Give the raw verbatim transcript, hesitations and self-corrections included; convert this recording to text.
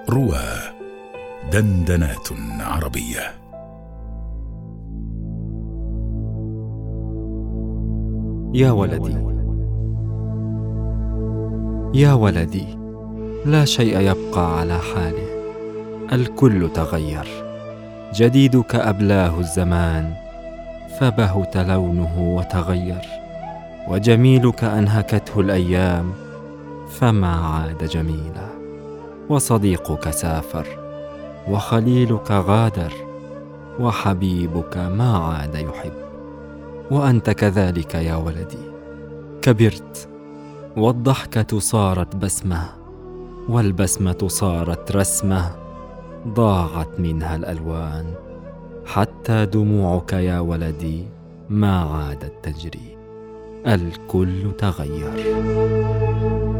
روى دندنات عربية. يا ولدي، يا ولدي، لا شيء يبقى على حاله، الكل تغير. جديدك أبلاه الزمان، فبهت لونه وتغير، وجميلك أنهكته الأيام، فما عاد جميلا. وصديقك سافر، وخليلك غادر، وحبيبك ما عاد يحب. وأنت كذلك يا ولدي، كبرت، والضحكة صارت بسمة، والبسمة صارت رسمة، ضاعت منها الألوان، حتى دموعك يا ولدي ما عادت تجري، الكل تغير.